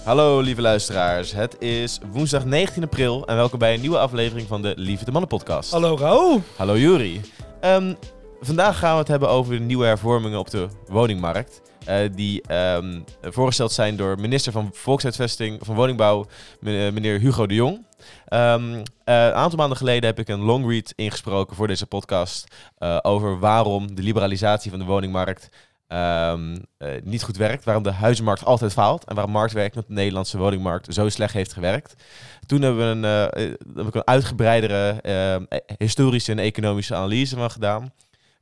Hallo lieve luisteraars, het is woensdag 19 april en welkom bij een nieuwe aflevering van de Lieve de Mannen podcast. Hallo Raoul. Hallo Juri. Vandaag gaan we het hebben over de nieuwe hervormingen op de woningmarkt. Die voorgesteld zijn door minister van Volkshuisvesting van Woningbouw, meneer Hugo de Jong. Een aantal maanden geleden heb ik een longread ingesproken voor deze podcast over waarom de liberalisatie van de woningmarkt niet goed werkt, waarom de huizenmarkt altijd faalt en waarom marktwerking op de Nederlandse woningmarkt zo slecht heeft gewerkt. Toen hebben we heb ik een uitgebreidere historische en economische analyse van gedaan.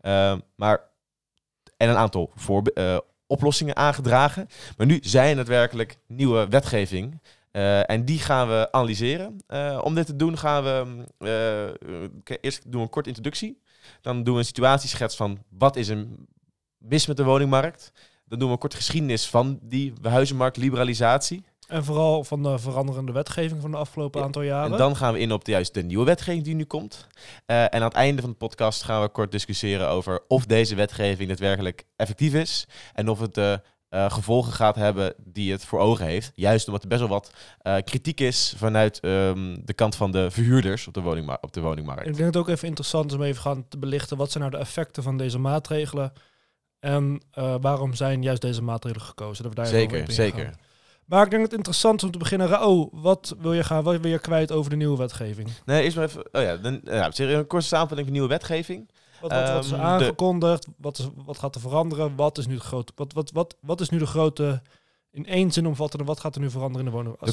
En een aantal oplossingen aangedragen. Maar nu zijn het werkelijk nieuwe wetgeving. En die gaan we analyseren. Om dit te doen gaan we eerst doen we een korte introductie. Dan doen we een situatieschets van wat is er mis met de woningmarkt. Dan doen we een korte geschiedenis van die huizenmarktliberalisatie. En vooral van de veranderende wetgeving van de afgelopen aantal jaren. En dan gaan we in op de nieuwe wetgeving die nu komt. En aan het einde van de podcast gaan we kort discussiëren over of deze wetgeving daadwerkelijk effectief is. En of het de gevolgen gaat hebben die het voor ogen heeft. Juist omdat er best wel wat kritiek is vanuit de kant van de verhuurders op de woningmarkt. Ik denk het ook even interessant is om even gaan te belichten. Wat zijn nou de effecten van deze maatregelen? En waarom zijn juist deze maatregelen gekozen? Dat we daar Zeker. Maar ik denk het interessant is om te beginnen. Raoul, wat wil je kwijt over de nieuwe wetgeving? Nee, eerst maar even. Een korte samenvatting van de nieuwe wetgeving. Wat is aangekondigd? Wat gaat er veranderen? Wat is nu de grote, in één zin omvattende, wat gaat er nu veranderen in de woning?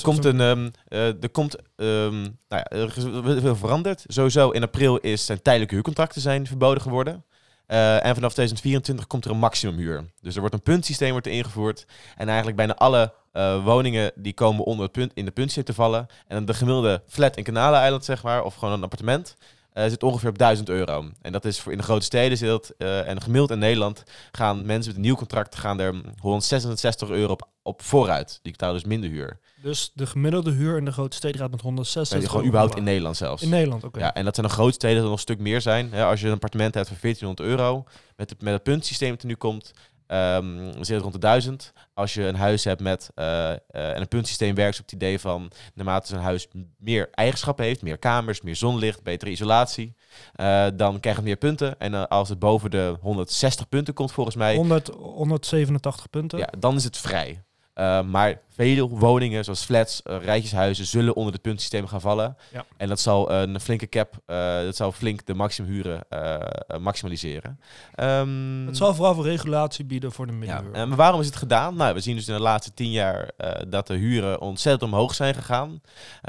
Er is veel veranderd. Sowieso in april zijn tijdelijke huurcontracten verboden geworden. En vanaf 2024 komt er een maximumhuur. Dus er wordt een puntsysteem ingevoerd. En eigenlijk bijna alle woningen die komen onder het punt in de puntsysteem te vallen. En de gemiddelde flat in Kanaleneiland, zeg maar, of gewoon een appartement, zit ongeveer op €1.000. En dat is in de grote steden en gemiddeld in Nederland gaan mensen met een nieuw contract gaan er €166 op vooruit. Die betalen dus minder huur. Dus de gemiddelde huur in de grote steden gaat met 166 gewoon überhaupt in Nederland zelfs. In Nederland, oké. Ja, en dat zijn de grote steden dat er nog een stuk meer zijn. Ja, als je een appartement hebt voor €1.400, met het puntsysteem dat er nu komt, zit het rond de 1.000. Als je een huis hebt en een puntsysteem werkt op het idee van naarmate zo'n huis meer eigenschappen heeft, meer kamers, meer zonlicht, betere isolatie, dan krijg je meer punten. En als het boven de 160 punten komt volgens mij, 187 punten, ja, dan is het vrij. Maar vele woningen, zoals flats, rijtjeshuizen, zullen onder het puntsysteem gaan vallen. Ja. En dat zal een flinke cap, dat zal flink de maximumhuren maximaliseren. Het zal vooral voor regulatie bieden voor de middenhuur. Ja, maar waarom is het gedaan? Nou, we zien dus in de laatste 10 jaar dat de huren ontzettend omhoog zijn gegaan.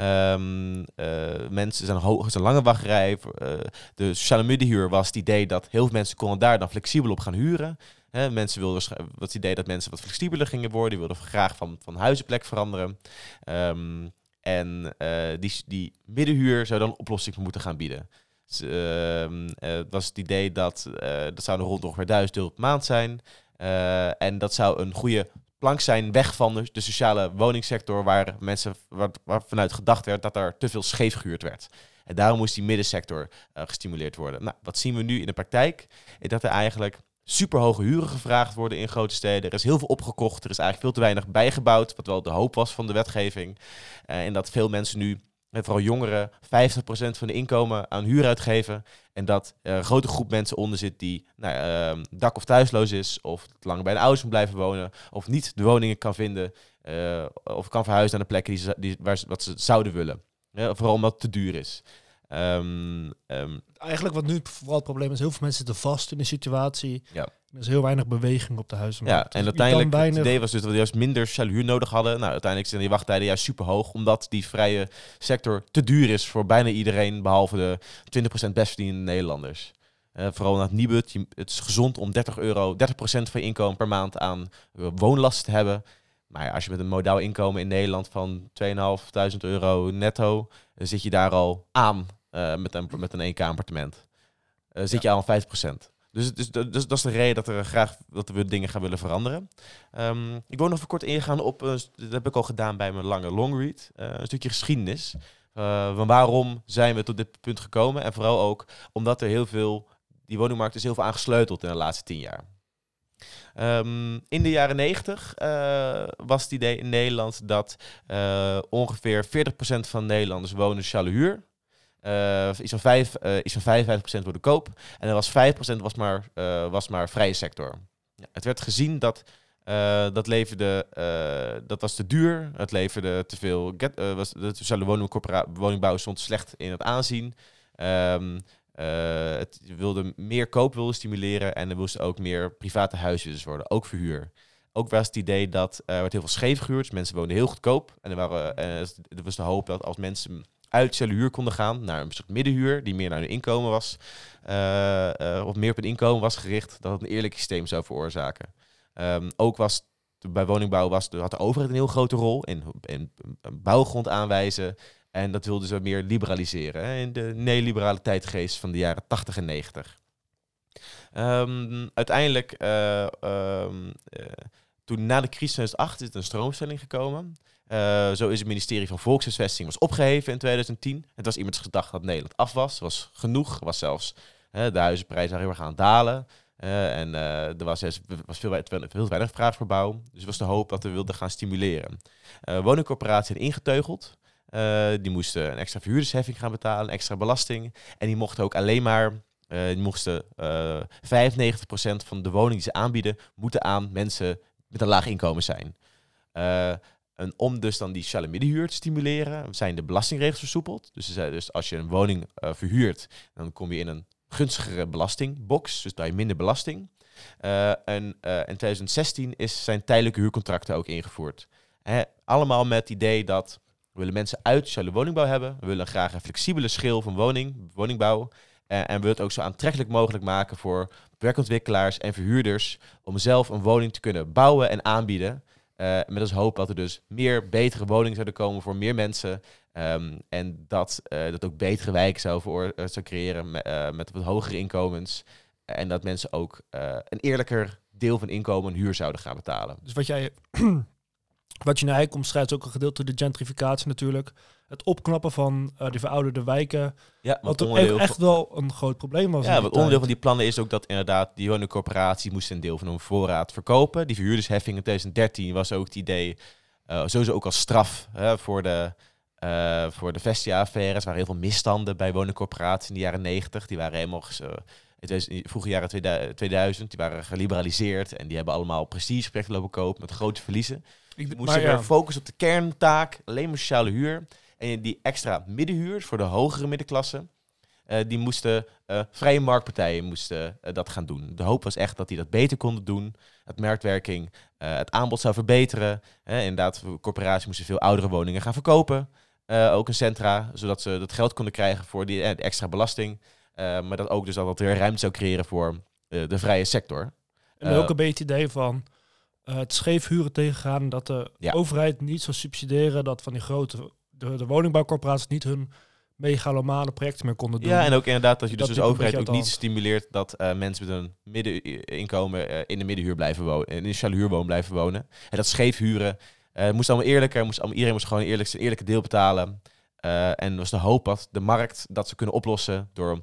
Mensen zijn lange wachtrij. De sociale middenhuur was het idee dat heel veel mensen konden daar dan flexibel op gaan huren. Mensen wilden het idee dat mensen wat flexibeler gingen worden. Die wilden graag van huizenplek veranderen. Die middenhuur zou dan een oplossing voor moeten gaan bieden. Dus, het was het idee dat zou rond ongeveer €1.000 per maand zijn. En dat zou een goede plank zijn weg van de sociale woningsector, waar vanuit gedacht werd dat er te veel scheef gehuurd werd. En daarom moest die middensector gestimuleerd worden. Nou, wat zien we nu in de praktijk? Is dat er eigenlijk superhoge huren gevraagd worden in grote steden. Er is heel veel opgekocht. Er is eigenlijk veel te weinig bijgebouwd, wat wel de hoop was van de wetgeving. En dat veel mensen nu, vooral jongeren, 50% van de inkomen aan huur uitgeven. En dat er een grote groep mensen onder zit die dak- of thuisloos is, of langer bij de ouders moet blijven wonen, of niet de woningen kan vinden, of kan verhuizen naar de plekken wat ze zouden willen. Vooral omdat het te duur is. Eigenlijk wat nu vooral het probleem is, heel veel mensen zitten vast in de situatie. Ja. Er is heel weinig beweging op de huizenmarkt. Ja, en uiteindelijk het idee was dus dat we juist minder sociale huur nodig hadden. Nou, uiteindelijk zijn die wachttijden juist super hoog, omdat die vrije sector te duur is voor bijna iedereen, behalve de 20% bestverdienende Nederlanders. Vooral naar het Nibud. Het is gezond om €30% van je inkomen per maand aan woonlasten te hebben. Maar als je met een modaal inkomen in Nederland van €2.500 netto, dan zit je daar al aan met een 1K-appartement. Zit je al aan 50%. Dus dat is de reden dat we dingen gaan willen veranderen. Ik wil nog even kort ingaan op, dat heb ik al gedaan bij mijn lange longread, een stukje geschiedenis. Van waarom zijn we tot dit punt gekomen? En vooral ook omdat die woningmarkt is heel veel aangesleuteld in de laatste 10 jaar. In de jaren 90 was het idee in Nederland dat ongeveer 40% van Nederlanders wonen sociale huur. Iets van 55% voor de koop. En er was 5% was maar vrije sector. Ja, het werd gezien dat dat was te duur. Het leverde te veel. De sociale woningbouw stond slecht in het aanzien. Het wilde meer koop stimuleren en er moesten ook meer private huisjes worden, ook verhuur. Ook was het idee dat er werd heel veel scheef gehuurd. Dus mensen woonden heel goedkoop. En er was de hoop dat als mensen uit sociale huur konden gaan naar een soort middenhuur die meer naar hun inkomen was, of meer op hun inkomen was gericht, dat het een eerlijk systeem zou veroorzaken. Ook was bij woningbouw had de overheid een heel grote rol in bouwgrond aanwijzen. En dat wilden ze meer liberaliseren, hè, in de neoliberale tijdgeest van de jaren 80 en 90. Uiteindelijk, toen na de crisis 2008 is er een stroomstelling gekomen. Zo is het ministerie van Volkshuisvesting was opgeheven in 2010. Het was iemand gedacht dat Nederland af was. Het was genoeg. Was zelfs, de huizenprijzen waren heel erg aan het dalen. Er was veel weinig vraag voor bouw. Dus was de hoop dat we wilden gaan stimuleren. Woningcorporaties zijn ingeteugeld. Die moesten een extra verhuurdersheffing gaan betalen, een extra belasting. En die mochten ook alleen maar 95% van de woningen die ze aanbieden, moeten aan mensen met een laag inkomen zijn. En om dus dan die sociale middenhuur te stimuleren, zijn de belastingregels versoepeld. Dus als je een woning verhuurt, dan kom je in een gunstigere belastingbox, dus daar je minder belasting. In 2016 zijn tijdelijke huurcontracten ook ingevoerd. Allemaal met het idee dat we willen mensen uit sociale woningbouw hebben. We willen graag een flexibele schil van woningbouw. En we willen het ook zo aantrekkelijk mogelijk maken voor werkontwikkelaars en verhuurders om zelf een woning te kunnen bouwen en aanbieden. Met als hoop dat er dus meer betere woningen zouden komen voor meer mensen. En dat ook betere wijken zou creëren met wat hogere inkomens. En dat mensen ook een eerlijker deel van inkomen huur zouden gaan betalen. Dus wat je nou eigenlijk omschrijft is ook een gedeelte de gentrificatie natuurlijk. Het opknappen van die verouderde wijken. Ja, wat echt wel een groot probleem was. Ja, wat onderdeel van die plannen is ook dat inderdaad die woningcorporaties moesten een deel van hun voorraad verkopen. Die verhuurdersheffing in 2013 was ook het idee, sowieso ook als straf voor de Vestia-affaires. Er waren heel veel misstanden bij woningcorporaties in de jaren 90. Die waren helemaal in vroege jaren 2000, die waren geliberaliseerd en die hebben allemaal prestigeprojecten lopen kopen met grote verliezen. Je moest weer focussen op de kerntaak, alleen maar sociale huur. En die extra middenhuur voor de hogere middenklasse, die moesten vrije marktpartijen dat gaan doen. De hoop was echt dat die dat beter konden doen. Het marktwerking, het aanbod zou verbeteren. Inderdaad, corporaties moesten veel oudere woningen gaan verkopen. Ook in centra, zodat ze dat geld konden krijgen voor die extra belasting. Maar dat ook dus dat weer ruimte zou creëren voor de vrije sector. En ook een beetje het idee van het scheef huren tegengaan. Dat de overheid niet zou subsidiëren. Dat van die grote de woningbouwcorporaties niet hun megalomane projecten meer konden doen. Ja, en ook inderdaad dat je dus als overheid ook niet stimuleert dat mensen met een middeninkomen in de middenhuur blijven wonen, in de sociale huurwoning blijven wonen. En dat scheef huren moest allemaal eerlijker. Iedereen moest gewoon zijn eerlijke deel betalen. En was de hoop dat de markt dat ze kunnen oplossen door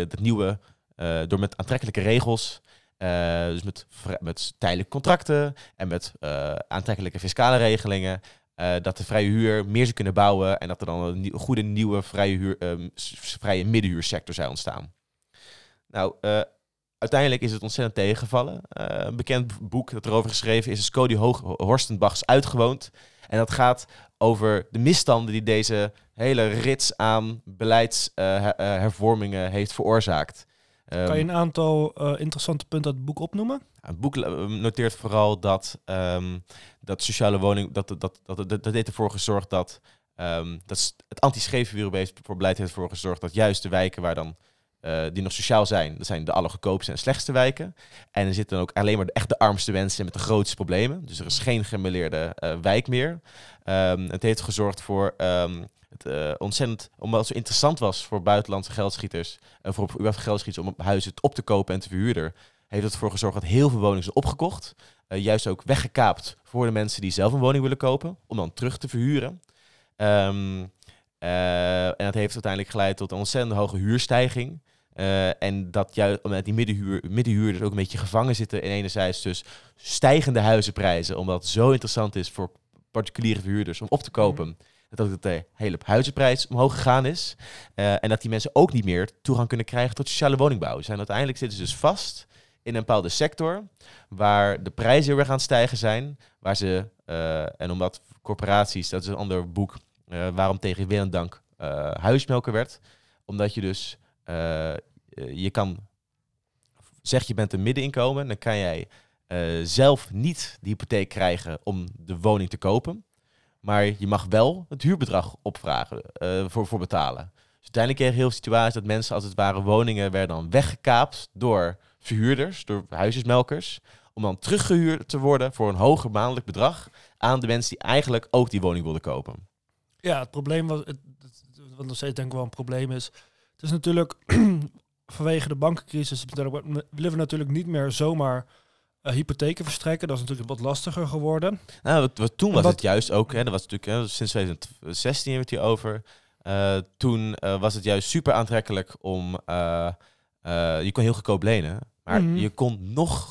door met aantrekkelijke regels. Dus met tijdelijke contracten en met aantrekkelijke fiscale regelingen. Dat de vrije huur meer zou kunnen bouwen en dat er dan een goede nieuwe vrije middenhuursector zou ontstaan. Nou, uiteindelijk is het ontzettend tegengevallen. Een bekend boek dat erover geschreven is Cody Horstenbachs Uitgewoond. En dat gaat over de misstanden die deze hele rits aan beleidshervormingen heeft veroorzaakt. Kan je een aantal interessante punten uit het boek opnoemen? Het boek noteert vooral dat sociale woning, dat heeft ervoor gezorgd dat het anti-scheefhuurbeleid heeft ervoor gezorgd dat juist de wijken waar dan die nog sociaal zijn, dat zijn de allergoedkoopste en slechtste wijken. En er zitten dan ook alleen maar echt de armste mensen met de grootste problemen. Dus er is geen gemêleerde wijk meer. Het heeft gezorgd voor ontzettend, omdat het zo interessant was voor buitenlandse geldschieters, voor geldschieters om huizen op te kopen en te verhuren, heeft het ervoor gezorgd dat heel veel woningen zijn opgekocht. Juist ook weggekaapt voor de mensen die zelf een woning willen kopen, om dan terug te verhuren. En dat heeft uiteindelijk geleid tot een ontzettend hoge huurstijging. En dat juist omdat die middenhuurders ook een beetje gevangen zitten in enerzijds dus stijgende huizenprijzen, omdat het zo interessant is voor particuliere verhuurders om op te kopen, dat ook de hele huizenprijs omhoog gegaan is. En dat die mensen ook niet meer toegang kunnen krijgen tot sociale woningbouw. Uiteindelijk zitten ze dus vast in een bepaalde sector waar de prijzen heel erg aan het stijgen zijn, waar ze, en omdat corporaties, dat is een ander boek, waarom tegen wil en dank huismelker werd, omdat je dus je kan zeg je bent een middeninkomen, dan kan jij zelf niet de hypotheek krijgen om de woning te kopen. Maar je mag wel het huurbedrag opvragen voor betalen. Dus uiteindelijk kreeg je heel veel situatie dat mensen als het ware woningen werden dan weggekaapt door verhuurders, door huisjesmelkers, om dan teruggehuurd te worden voor een hoger maandelijk bedrag aan de mensen die eigenlijk ook die woning wilden kopen. Ja, het probleem was, wat nog steeds denk ik wel een probleem is, het is natuurlijk vanwege de bankencrisis willen we natuurlijk niet meer zomaar hypotheken verstrekken. Dat is natuurlijk wat lastiger geworden. Nou, toen was het juist ook, dat was natuurlijk sinds 2016 hebben we het hier over. Toen was het juist super aantrekkelijk om, je kon heel goedkoop lenen, maar je kon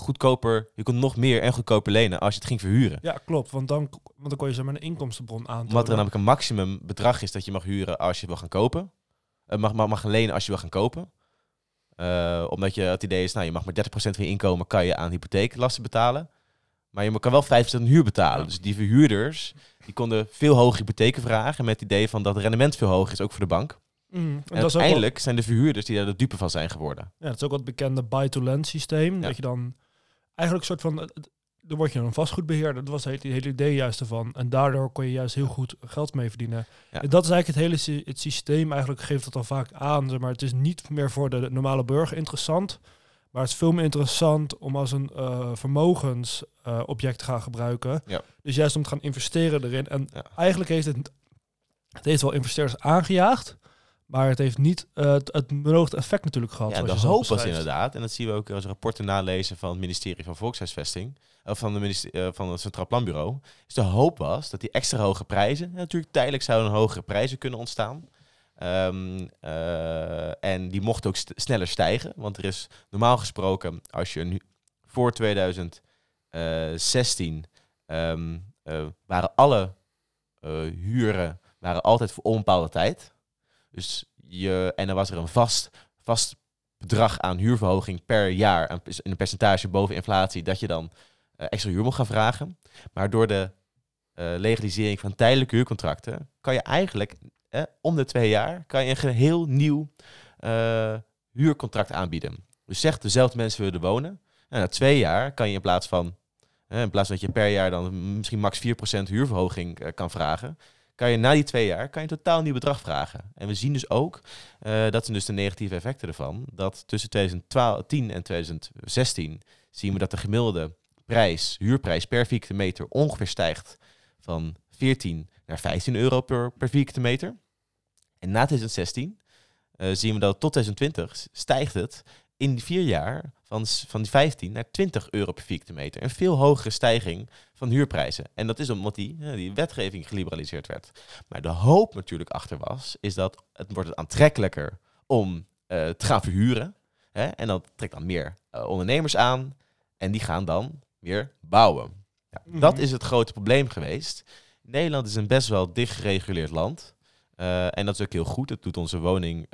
nog meer en goedkoper lenen als je het ging verhuren. Ja, klopt, want dan kon je zeg maar een inkomstenbron aantonen. Omdat er namelijk een maximum bedrag is dat je mag huren als je wil gaan kopen. Mag lenen als je wil gaan kopen. Omdat het idee is, je mag maar 30% van je inkomen kan je aan hypotheeklasten betalen. Maar je kan wel 5% huur betalen. Ja. Dus die verhuurders die konden veel hogere hypotheken vragen met het idee van dat het rendement veel hoger is, ook voor de bank. En uiteindelijk zijn de verhuurders die daar de dupe van zijn geworden. Ja, dat is ook wat bekende buy-to-lend systeem. Ja. Dat je dan eigenlijk een soort van, dan word je een vastgoedbeheerder. Dat was het hele idee juist ervan. En daardoor kon je juist heel goed geld mee verdienen. Ja. En dat is eigenlijk het systeem. Eigenlijk geeft dat al vaak aan. Maar het is niet meer voor de normale burger interessant. Maar het is veel meer interessant om als een vermogensobject te gaan gebruiken. Ja. Dus juist om te gaan investeren erin. En eigenlijk heeft het wel investeerders aangejaagd. Maar het heeft niet het beloofde effect natuurlijk gehad. Ja, de hoop was inderdaad, en dat zien we ook als rapporten nalezen van het ministerie van Volkshuisvesting, of van het Centraal Planbureau. Dus de hoop was dat die extra hoge prijzen, natuurlijk tijdelijk zouden hogere prijzen kunnen ontstaan. En die mochten ook sneller stijgen, want er is normaal gesproken, als je voor 2016 waren alle huren altijd voor onbepaalde tijd. Dus en dan was er een vast bedrag aan huurverhoging per jaar, in een percentage boven inflatie, dat je dan extra huur mocht gaan vragen. Maar door de legalisering van tijdelijke huurcontracten kan je eigenlijk om de 2 jaar kan je een geheel nieuw huurcontract aanbieden. Dus zegt dezelfde mensen willen wonen. En na 2 jaar kan je in plaats van dat je per jaar dan misschien max 4% huurverhoging kan vragen, kan je na die 2 jaar een totaal nieuw bedrag vragen. En we zien dus ook, dat zijn dus de negatieve effecten ervan, dat tussen 2010 en 2016 zien we dat de gemiddelde huurprijs per vierkante meter ongeveer stijgt van 14 naar 15 euro per vierkante meter. En na 2016 zien we dat tot 2020 stijgt het in die 4 jaar van die 15 naar 20 euro per vierkante meter. Een veel hogere stijging van huurprijzen. En dat is omdat die wetgeving geliberaliseerd werd. Maar de hoop natuurlijk achter is dat het wordt aantrekkelijker om te gaan verhuren. En dat trekt dan meer ondernemers aan. En die gaan dan weer bouwen. Ja, dat is het grote probleem geweest. Nederland is een best wel dicht gereguleerd land. En dat is ook heel goed. Het doet onze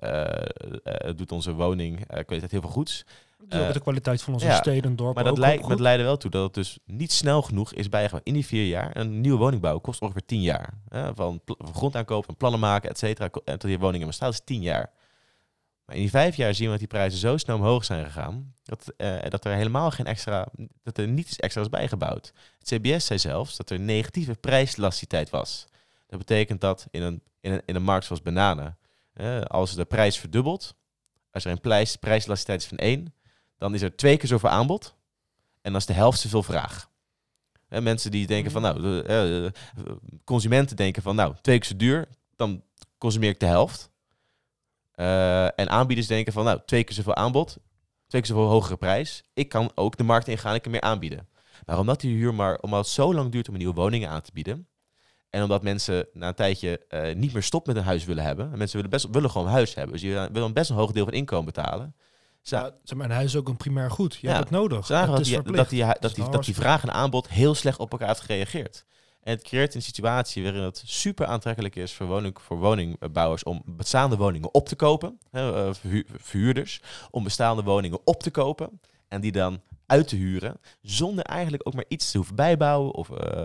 kwaliteit heel veel goeds. De kwaliteit van onze steden en dorpen. Maar dat leidde wel toe dat het dus niet snel genoeg is bijgehouden. In die 4 jaar, een nieuwe woningbouw kost ongeveer 10 jaar. Van grond aankopen en plannen maken, et cetera. En tot die woningen bestaan is 10 jaar. Maar in die 5 jaar zien we dat die prijzen zo snel omhoog zijn gegaan, dat er helemaal dat er niets extra is bijgebouwd. Het CBS zei zelfs dat er negatieve prijselasticiteit was. Dat betekent dat in een markt zoals bananen, als de prijs verdubbelt, als er een prijselasticiteit is van 1, dan is er 2 keer zoveel aanbod en dan is de helft zoveel vraag. Mensen die denken van, consumenten denken van, 2 keer zo duur, dan consumeer ik de helft. En aanbieders denken van, 2 keer zoveel aanbod, 2 keer zoveel hogere prijs. Ik kan ook de markt ingaan, ik kan meer aanbieden. Maar omdat omdat het zo lang duurt om een nieuwe woning aan te bieden, En omdat mensen na een tijdje niet meer stop met een huis willen hebben. En mensen willen gewoon een huis hebben. Dus je wil een best een hoog deel van inkomen betalen. Een huis is ook een primair goed. Je hebt het nodig. Dat die vraag en aanbod heel slecht op elkaar heeft gereageerd. En het creëert een situatie waarin het super aantrekkelijk is voor woningbouwers om bestaande woningen op te kopen. Verhuurders. Om bestaande woningen op te kopen. En die dan uit te huren. Zonder eigenlijk ook maar iets te hoeven bijbouwen.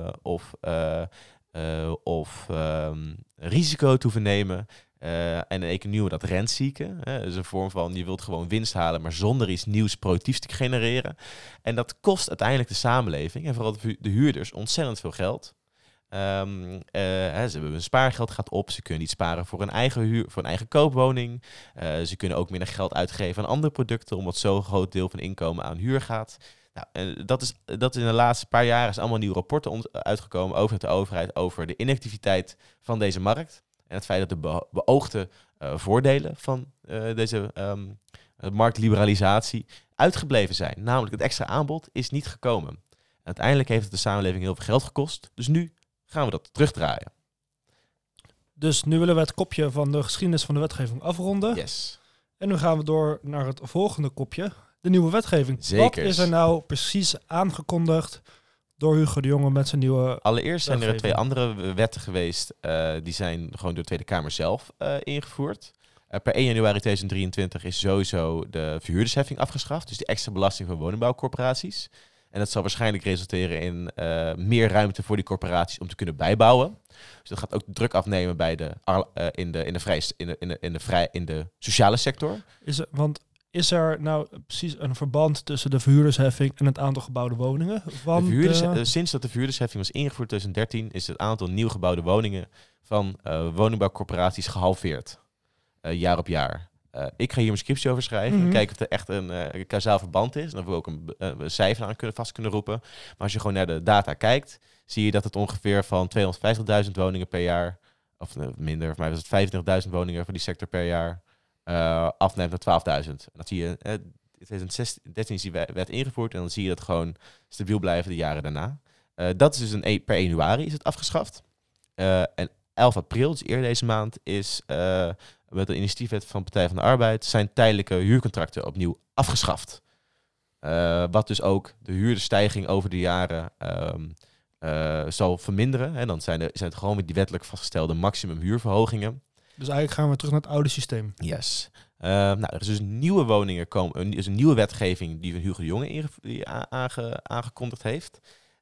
Of risico te hoeven nemen. En een economie dat rentzieken. Dus een vorm van je wilt gewoon winst halen, maar zonder iets nieuws productiefs te genereren. En dat kost uiteindelijk de samenleving en vooral de huurders ontzettend veel geld. Ze hebben hun spaargeld gaat op. Ze kunnen niet sparen voor een eigen koopwoning. Ze kunnen ook minder geld uitgeven aan andere producten, omdat zo'n groot deel van inkomen aan huur gaat. Nou, dat is in de laatste paar jaren is allemaal nieuwe rapporten uitgekomen over de overheid over de inactiviteit van deze markt. En het feit dat de beoogde voordelen van deze marktliberalisatie uitgebleven zijn. Namelijk het extra aanbod is niet gekomen. En uiteindelijk heeft het de samenleving heel veel geld gekost. Dus nu gaan we dat terugdraaien. Dus nu willen we het kopje van de geschiedenis van de wetgeving afronden. Yes. En nu gaan we door naar het volgende kopje. De nieuwe wetgeving. Zekers. Wat is er nou precies aangekondigd door Hugo de Jonge met zijn nieuwe Allereerst zijn er 2 andere wetten geweest. Die zijn gewoon door de Tweede Kamer zelf ingevoerd. Per 1 januari 2023 is sowieso de verhuurdersheffing afgeschaft. Dus de extra belasting van woningbouwcorporaties. En dat zal waarschijnlijk resulteren in meer ruimte voor die corporaties om te kunnen bijbouwen. Dus dat gaat ook druk afnemen bij in de sociale sector. Is er nou precies een verband tussen de verhuurdersheffing en het aantal gebouwde woningen? Sinds dat de verhuurdersheffing was ingevoerd in 2013 is het aantal nieuw gebouwde woningen van woningbouwcorporaties gehalveerd. Jaar op jaar. Ik ga hier mijn scriptie over schrijven. En kijken of er echt een kausaal verband is. En of we ook een cijfer aan vast kunnen roepen. Maar als je gewoon naar de data kijkt, zie je dat het ongeveer van 250.000 woningen per jaar, of minder, voor mij was het 25.000 woningen voor die sector per jaar, afneemt naar 12.000. En dat zie je, in 2013 is die wet ingevoerd en dan zie je dat gewoon stabiel blijven de jaren daarna. Dat is dus per 1 januari is het afgeschaft. En 11 april, dus eerder deze maand, is met de initiatiefwet van Partij van de Arbeid zijn tijdelijke huurcontracten opnieuw afgeschaft. Wat dus ook de huurderstijging over de jaren zal verminderen. En dan zijn het gewoon met die wettelijk vastgestelde maximum huurverhogingen. Dus eigenlijk gaan we terug naar het oude systeem. Yes. Er is dus nieuwe woningen komen. Er is een nieuwe wetgeving die van Hugo de Jonge aangekondigd heeft.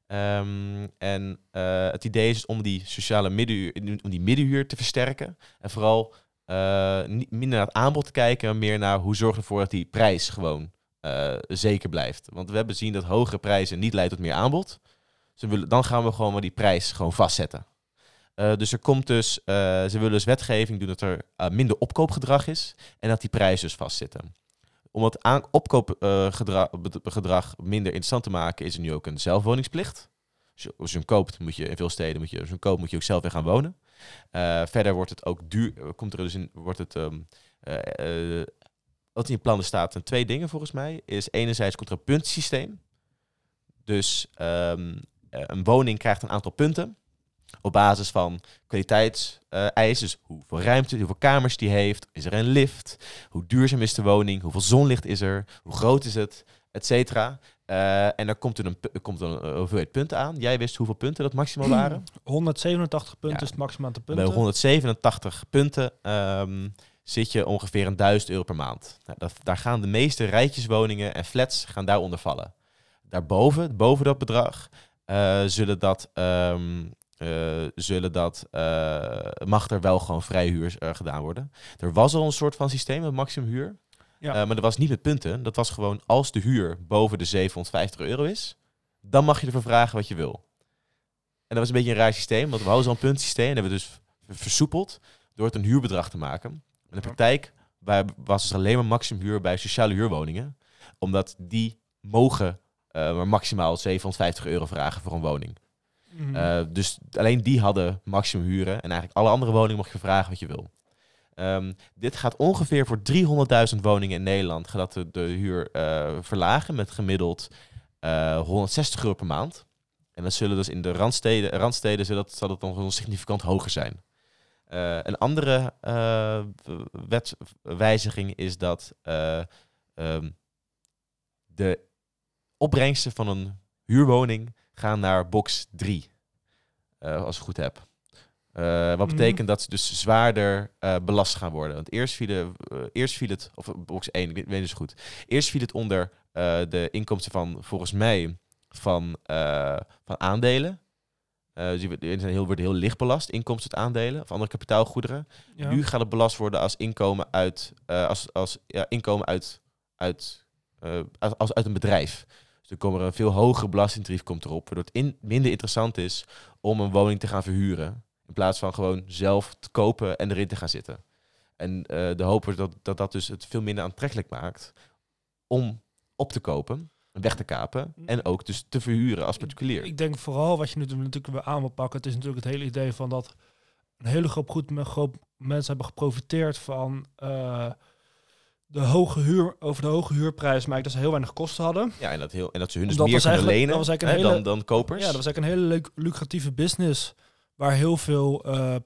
Het idee is dus om die sociale middenhuur te versterken. En vooral minder naar het aanbod te kijken, maar meer naar hoe zorgen we ervoor dat die prijs gewoon zeker blijft. Want we hebben gezien dat hogere prijzen niet leidt tot meer aanbod. Dan gaan we gewoon maar die prijs gewoon vastzetten. Dus er komt dus, ze willen dus wetgeving doen dat er minder opkoopgedrag is en dat die prijzen dus vastzitten. Om het opkoopgedrag minder interessant te maken, is er nu ook een zelfwoningsplicht. Als je hem koopt, moet je in veel steden moet je ook zelf weer gaan wonen. Verder wordt het ook duur. Wat in je plannen staat, zijn 2 dingen volgens mij. Is enerzijds komt er een puntensysteem. Dus een woning krijgt een aantal punten. Op basis van kwaliteitseisen, dus hoeveel ruimte, hoeveel kamers die heeft, is er een lift, hoe duurzaam is de woning, hoeveel zonlicht is er, hoe groot is het, et cetera. En dan komt er een hoeveelheid punten aan. Jij wist hoeveel punten dat maximaal waren? 187 punten is het maximaal aantal punten. Bij 187 punten zit je ongeveer €1.000 per maand. Nou, daar gaan de meeste rijtjeswoningen en flats gaan daaronder vallen. Boven dat bedrag, mag er wel gewoon vrijhuur gedaan worden. Er was al een soort van systeem met maximumhuur. Ja. Maar dat was niet met punten. Dat was gewoon als de huur boven de €750 is, dan mag je ervoor vragen wat je wil. En dat was een beetje een raar systeem, want we hadden zo'n puntensysteem en hebben we dus versoepeld door het een huurbedrag te maken. In de praktijk was dus alleen maar maximumhuur bij sociale huurwoningen, omdat die mogen maar maximaal €750 vragen voor een woning. Dus alleen die hadden maximum huren. En eigenlijk alle andere woningen mocht je vragen wat je wil. Dit gaat ongeveer voor 300.000 woningen in Nederland gaat de huur verlagen met gemiddeld €160 per maand. En dat zullen dus in de randsteden zal dat nog significant hoger zijn. Een andere wetswijziging is dat de opbrengsten van een huurwoning gaan naar box 3. Als ik het goed heb. Wat betekent dat ze dus zwaarder belast gaan worden. Want eerst viel het, of box 1, ik weet niet zo goed. Eerst viel het onder de inkomsten van, volgens mij, van aandelen. Dus die worden heel licht belast, inkomsten uit aandelen of andere kapitaalgoederen. Ja. Nu gaat het belast worden als inkomen uit een bedrijf. Dus er komt er een veel hogere belastingtarief komt erop, waardoor het minder interessant is om een woning te gaan verhuren. In plaats van gewoon zelf te kopen en erin te gaan zitten. En de hoop is dat dus het veel minder aantrekkelijk maakt om op te kopen, weg te kapen en ook dus te verhuren als particulier. Ik denk vooral wat je nu natuurlijk weer aan wil pakken, het is natuurlijk het hele idee van dat een hele groep mensen hebben geprofiteerd van de hoge huurprijs, maar dat ze heel weinig kosten hadden. Ja, en dat ze hun dus meer kunnen lenen dan kopers. Ja, dat was eigenlijk een hele lucratieve business waar heel veel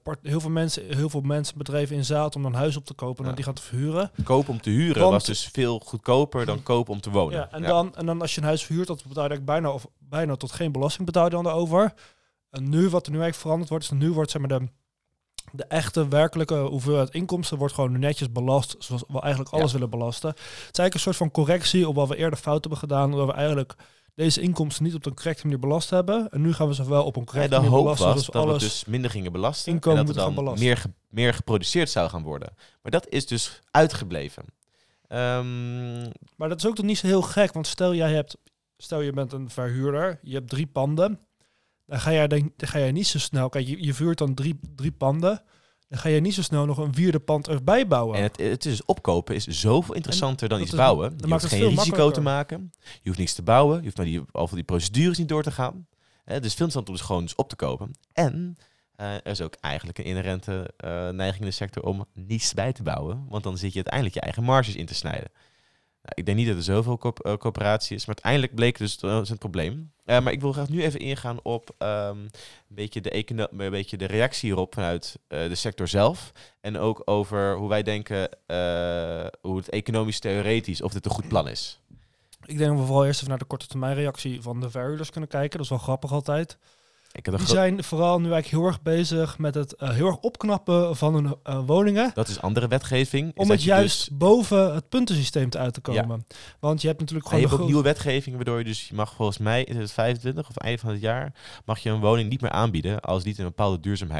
mensen, bedrijven in zaten om een huis op te kopen en die gaan te verhuren. Kopen om te huren was dus veel goedkoper dan kopen om te wonen. Ja, en dan als je een huis verhuurt, dat betaal je bijna tot geen belasting betaal je dan erover. En nu, wat er nu eigenlijk veranderd wordt, is nu wordt zeg maar de echte, werkelijke hoeveelheid inkomsten wordt gewoon netjes belast, zoals we eigenlijk alles willen belasten. Het is eigenlijk een soort van correctie op wat we eerder fout hebben gedaan, waar we eigenlijk deze inkomsten niet op een correcte manier belast hebben. En nu gaan we ze wel op een correcte manier belasten. De hoop was dat we dus minder gingen belasten en dat er dan meer geproduceerd zou gaan worden. Maar dat is dus uitgebleven. Maar dat is ook toch niet zo heel gek, want stel je bent een verhuurder, je hebt 3 panden. Dan ga jij niet zo snel... Kijk, je vuurt dan drie panden. Dan ga je niet zo snel nog een 4e pand erbij bouwen. En het is opkopen is zoveel interessanter dan iets bouwen. Je hoeft geen risico te maken. Je hoeft niks te bouwen. Je hoeft over die procedures niet door te gaan. Het is veel interessanter om dus gewoon op te kopen. En er is ook eigenlijk een inherente neiging in de sector om niets bij te bouwen. Want dan zit je uiteindelijk je eigen marges in te snijden. Nou, ik denk niet dat er zoveel coöperatie is, maar uiteindelijk bleek dus het probleem. Maar ik wil graag nu even ingaan op een beetje de reactie hierop vanuit de sector zelf. En ook over hoe wij denken, hoe het economisch theoretisch, of dit een goed plan is. Ik denk dat we vooral eerst even naar de korte termijn reactie van de verhuurders kunnen kijken. Dat is wel grappig altijd. Die zijn vooral nu eigenlijk heel erg bezig met het heel erg opknappen van hun woningen. Dat is andere wetgeving. Om het juist boven het puntensysteem uit te komen. Ja. Want je hebt natuurlijk gewoon... Je hebt ook nieuwe wetgeving, waardoor je mag volgens mij in het 25 of einde van het jaar mag je een woning niet meer aanbieden als het niet een bepaalde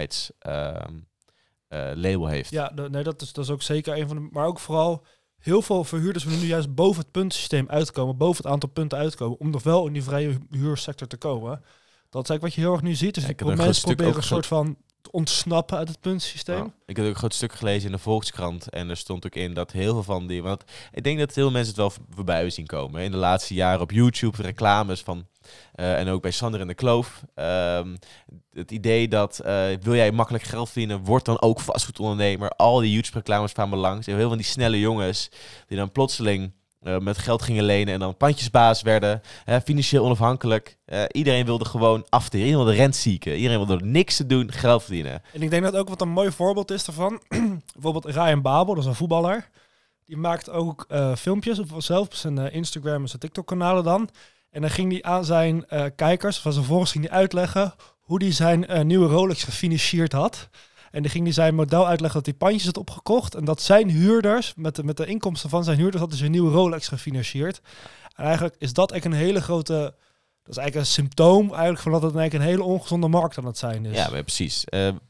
duurzaamheidslabel heeft. Ja, dat is ook zeker een van de... Maar ook vooral... Heel veel verhuurders willen nu juist boven het puntensysteem uitkomen, boven het aantal punten uitkomen, om nog wel in die vrije huursector te komen. Dat is eigenlijk wat je heel erg nu ziet. Dus mensen proberen een soort van te ontsnappen uit het puntensysteem. Nou, ik heb ook een groot stuk gelezen in de Volkskrant. En er stond ook in dat heel veel van die... Want ik denk dat heel mensen het wel voorbij hebben zien komen. In de laatste jaren op YouTube, reclames van... en ook bij Sander en de Kloof. Het idee dat wil jij makkelijk geld verdienen, word dan ook vastgoedondernemer. Al die YouTube-reclames kwamen langs. En heel veel van die snelle jongens die dan plotseling... met geld gingen lenen en dan pandjesbaas werden, financieel onafhankelijk. Iedereen wilde gewoon afteren, iedereen wilde rentzieken, iedereen wilde niks te doen, geld verdienen. En ik denk dat ook wat een mooi voorbeeld is daarvan, bijvoorbeeld Ryan Babel, dat is een voetballer, die maakt ook filmpjes op zijn Instagram en zijn TikTok-kanalen dan. En dan ging hij aan zijn kijkers, van zijn volgers ging hij uitleggen hoe hij zijn nieuwe Rolex gefinancierd had. En dan ging hij zijn model uitleggen dat hij pandjes had opgekocht. En dat zijn huurders, met de inkomsten van zijn huurders, hadden ze een nieuwe Rolex gefinancierd. En eigenlijk is dat eigenlijk een hele grote... Dat is eigenlijk een symptoom eigenlijk van dat het eigenlijk een hele ongezonde markt aan het zijn is. Ja, maar precies.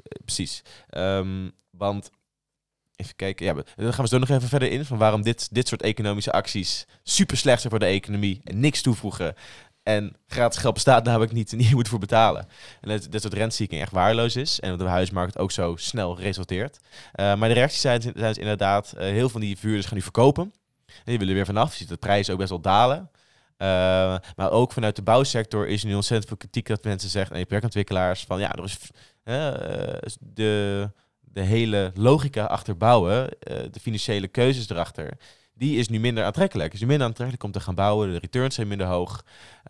Want, even kijken, dan gaan we zo nog even verder in van waarom dit soort economische acties super slecht zijn voor de economie en niks toevoegen. En gratis geld bestaat namelijk niet en je moet voor betalen. En dat soort rentzieken echt waardeloos is. En dat de huismarkt ook zo snel resulteert. Maar de reacties zijn dus inderdaad... heel veel van die verhuurders gaan nu verkopen. En die willen weer vanaf. Je ziet de prijzen ook best wel dalen. Maar ook vanuit de bouwsector is er nu ontzettend veel kritiek dat mensen zeggen... en projectontwikkelaars van... ja, er is de hele logica achter bouwen... de financiële keuzes erachter... die is nu minder aantrekkelijk. Is nu minder aantrekkelijk om te gaan bouwen. De returns zijn minder hoog.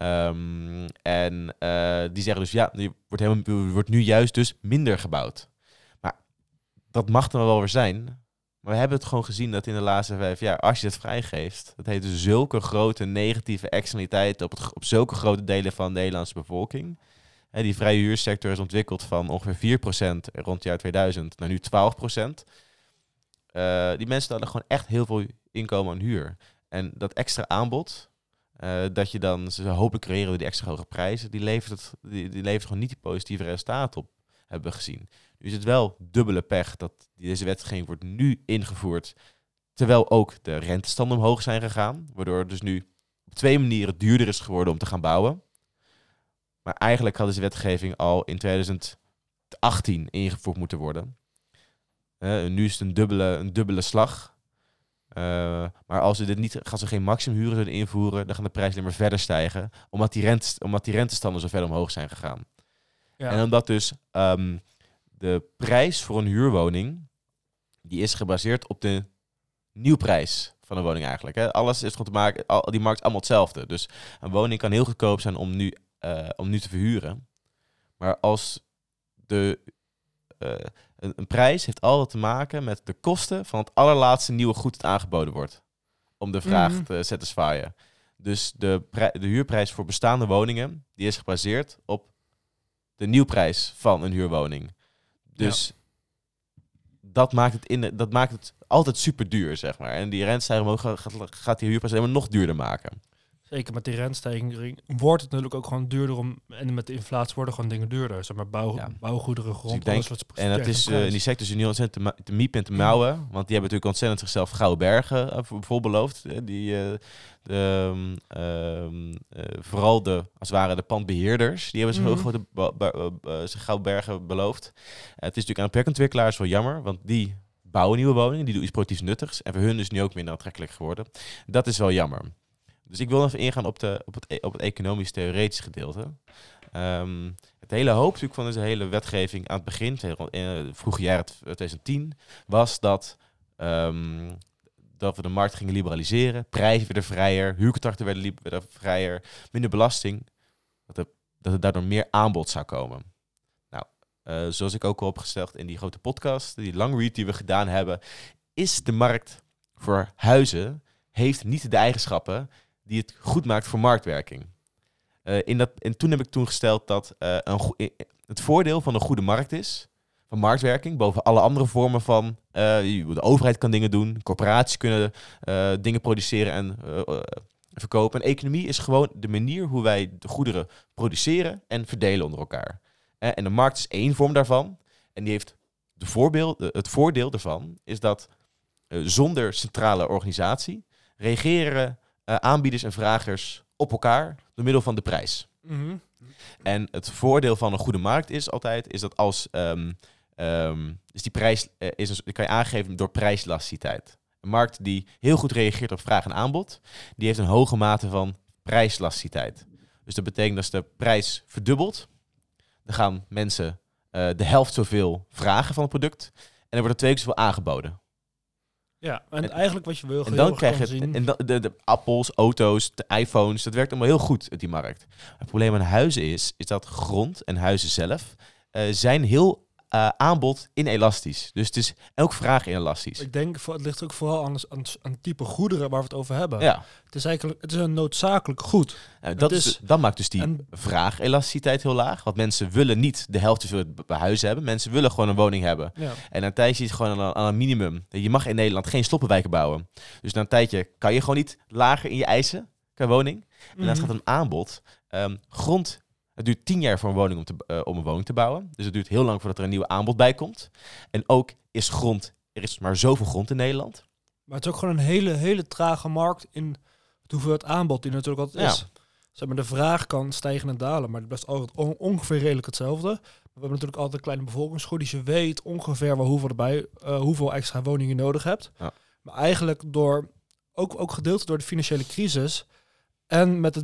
Die zeggen dus, er wordt nu juist dus minder gebouwd. Maar dat mag dan wel weer zijn. Maar we hebben het gewoon gezien dat in de laatste 5 jaar, als je het vrijgeeft, dat heeft dus zulke grote negatieve externaliteiten op zulke grote delen van de Nederlandse bevolking. Die vrije huursector is ontwikkeld van ongeveer 4% rond het jaar 2000 naar nu 12%. Die mensen hadden gewoon echt heel veel inkomen aan huur. En dat extra aanbod, dat je dan ze hopelijk creëren door die extra hoge prijzen, die levert gewoon niet die positieve resultaten op, hebben we gezien. Nu is het wel dubbele pech dat deze wetgeving wordt nu ingevoerd, terwijl ook de rentestanden omhoog zijn gegaan, waardoor het dus nu op 2 manieren duurder is geworden om te gaan bouwen. Maar eigenlijk had deze wetgeving al in 2018 ingevoerd moeten worden. Nu is het een dubbele slag. Maar als gaan ze geen maximumhuren zullen invoeren, dan gaan de prijzen alleen maar verder stijgen, omdat die rentestanden zo ver omhoog zijn gegaan. Ja. En omdat dus de prijs voor een huurwoning, die is gebaseerd op de nieuwprijs van een woning eigenlijk. Hè. Alles is gewoon te maken, die markt is allemaal hetzelfde. Dus een woning kan heel goedkoop zijn om nu te verhuren. Maar als een prijs heeft altijd te maken met de kosten van het allerlaatste nieuwe goed dat aangeboden wordt. Om de vraag te satisfyen. Dus de huurprijs voor bestaande woningen, die is gebaseerd op de nieuwprijs van een huurwoning. Dus dat maakt het altijd super duur, zeg maar. En die rentestijging gaat die huurprijs helemaal nog duurder maken. Zeker met die rentstijging wordt het natuurlijk ook gewoon duurder en met de inflatie worden gewoon dingen duurder. Zeg maar bouwgoederen, grond, dus en dat is in die sector is nu ontzettend te miepen en te mouwen, want die hebben natuurlijk ontzettend zichzelf gouden bergen voorbeloofd. Vooral als het ware de pandbeheerders, die hebben zich heel grote gouden bergen beloofd. Het is natuurlijk aan de projectontwikkelaars wel jammer, want die bouwen nieuwe woningen, die doen iets productiefs nuttigs en voor hun is nu ook minder aantrekkelijk geworden. Dat is wel jammer. Dus ik wil even ingaan op het economisch-theoretisch gedeelte. Het hele hoofdstuk van deze hele wetgeving aan het begin, in het vroege jaren 2010, was dat we de markt gingen liberaliseren. Prijzen werden vrijer, huurcontracten werden vrijer, minder belasting. Dat er daardoor meer aanbod zou komen. Nou, zoals ik ook al opgesteld in die grote podcast, die long read die we gedaan hebben, is de markt voor huizen, heeft niet de eigenschappen die het goed maakt voor marktwerking. En toen heb ik gesteld dat het voordeel van een goede markt is, van marktwerking, boven alle andere vormen van, de overheid kan dingen doen, corporaties kunnen dingen produceren en verkopen. En economie is gewoon de manier hoe wij de goederen produceren en verdelen onder elkaar. En de markt is één vorm daarvan. En die heeft het voordeel daarvan is dat zonder centrale organisatie reageren aanbieders en vragers op elkaar door middel van de prijs. Mm-hmm. En het voordeel van een goede markt is dat als dus die prijs die kan je aangeven door prijselasticiteit. Een markt die heel goed reageert op vraag en aanbod, die heeft een hoge mate van prijselasticiteit. Dus dat betekent dat als de prijs verdubbelt, dan gaan mensen de helft zoveel vragen van het product en er wordt er 2 keer zoveel aangeboden. Ja, en eigenlijk wat je wil en dan krijg je het, en de Apples, auto's, de iPhones, dat werkt allemaal heel goed uit die markt. Het probleem aan huizen is dat grond en huizen zelf zijn heel aanbod inelastisch. Dus het is ook vraag inelastisch. Ik denk, het ligt ook vooral aan het type goederen waar we het over hebben. Ja. Het is een noodzakelijk goed. Dat maakt dus die vraagelasticiteit heel laag. Want mensen willen niet de helft zoveel bij huizen hebben. Mensen willen gewoon een woning hebben. Ja. En na een tijdje is het gewoon aan een minimum. Je mag in Nederland geen sloppenwijken bouwen. Dus na een tijdje kan je gewoon niet lager in je eisen qua woning. En dan gaat het om aanbod. Grond. Het duurt 10 jaar voor een woning om een woning te bouwen. Dus het duurt heel lang voordat er een nieuw aanbod bij komt. En ook er is maar zoveel grond in Nederland. Maar het is ook gewoon een hele trage markt in het hoeveelheid aanbod die natuurlijk altijd is. Zeg maar, de vraag kan stijgen en dalen, maar het blijft altijd ongeveer redelijk hetzelfde. Maar we hebben natuurlijk altijd een kleine bevolkingsgroei, dus je weet ongeveer hoeveel extra woningen je nodig hebt. Ja. Maar eigenlijk ook gedeeld door de financiële crisis en met het